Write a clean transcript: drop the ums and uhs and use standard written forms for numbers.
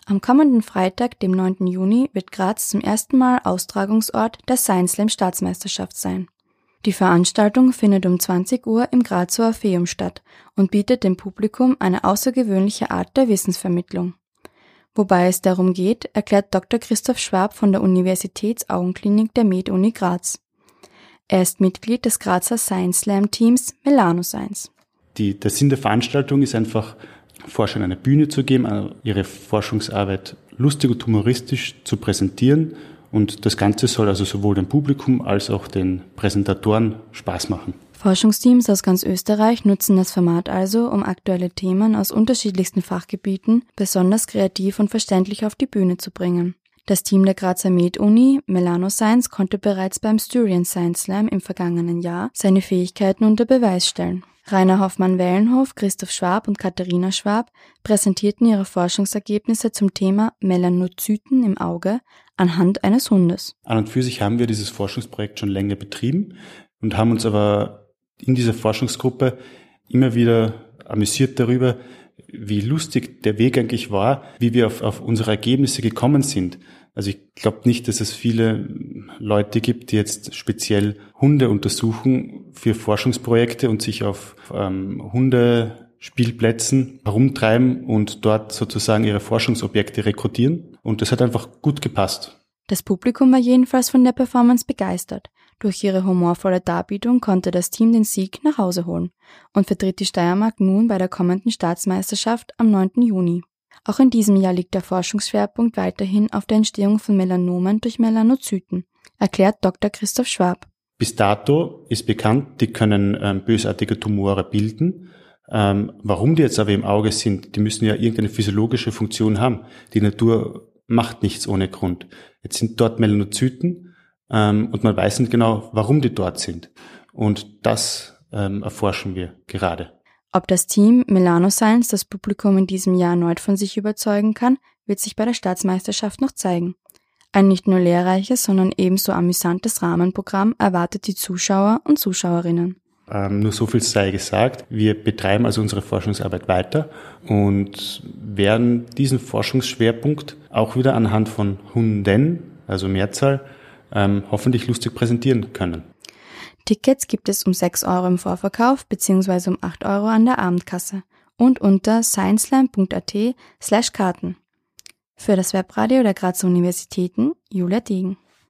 Am kommenden Freitag, dem 9. Juni, wird Graz zum ersten Mal Austragungsort der Science Slam Staatsmeisterschaft sein. Die Veranstaltung findet um 20 Uhr im Grazer Orpheum statt und bietet dem Publikum eine außergewöhnliche Art der Wissensvermittlung. Wobei es darum geht, erklärt Dr. Christoph Schwab von der Universitätsaugenklinik der Med-Uni Graz. Er ist Mitglied des Grazer Science Slam Teams Melanосcience. Der Sinn der Veranstaltung ist einfach, Forschern eine Bühne zu geben, ihre Forschungsarbeit lustig und humoristisch zu präsentieren. Und das Ganze soll also sowohl dem Publikum als auch den Präsentatoren Spaß machen. Forschungsteams aus ganz Österreich nutzen das Format also, um aktuelle Themen aus unterschiedlichsten Fachgebieten besonders kreativ und verständlich auf die Bühne zu bringen. Das Team der Grazer Med-Uni, Melanосcience, konnte bereits beim Styrian Science Slam im vergangenen Jahr seine Fähigkeiten unter Beweis stellen. Rainer Hoffmann-Wellenhof, Christoph Schwab und Katharina Schwab präsentierten ihre Forschungsergebnisse zum Thema Melanozyten im Auge anhand eines Hundes. An und für sich haben wir dieses Forschungsprojekt schon länger betrieben und haben uns aber in dieser Forschungsgruppe immer wieder amüsiert darüber, wie lustig der Weg eigentlich war, wie wir auf unsere Ergebnisse gekommen sind. Also ich glaube nicht, dass es viele Leute gibt, die jetzt speziell Hunde untersuchen für Forschungsprojekte und sich auf Hundespielplätzen herumtreiben und dort sozusagen ihre Forschungsobjekte rekrutieren. Und das hat einfach gut gepasst. Das Publikum war jedenfalls von der Performance begeistert. Durch ihre humorvolle Darbietung konnte das Team den Sieg nach Hause holen und vertritt die Steiermark nun bei der kommenden Staatsmeisterschaft am 9. Juni. Auch in diesem Jahr liegt der Forschungsschwerpunkt weiterhin auf der Entstehung von Melanomen durch Melanozyten, erklärt Dr. Christoph Schwab. Bis dato ist bekannt, die können bösartige Tumore bilden. Warum die jetzt aber im Auge sind, die müssen ja irgendeine physiologische Funktion haben. Die Natur macht nichts ohne Grund. Jetzt sind dort Melanozyten und man weiß nicht genau, warum die dort sind. Und das erforschen wir gerade. Ob das Team Melanосcience das Publikum in diesem Jahr erneut von sich überzeugen kann, wird sich bei der Staatsmeisterschaft noch zeigen. Ein nicht nur lehrreiches, sondern ebenso amüsantes Rahmenprogramm erwartet die Zuschauer und Zuschauerinnen. Nur so viel sei gesagt. Wir betreiben also unsere Forschungsarbeit weiter und werden diesen Forschungsschwerpunkt auch wieder anhand von Hunden, also Mehrzahl, hoffentlich lustig präsentieren können. Tickets gibt es um 6 € im Vorverkauf bzw. um 8 € an der Abendkasse und unter scienceslam.at/Karten. Für das Webradio der Grazer Universitäten, Julia Degen.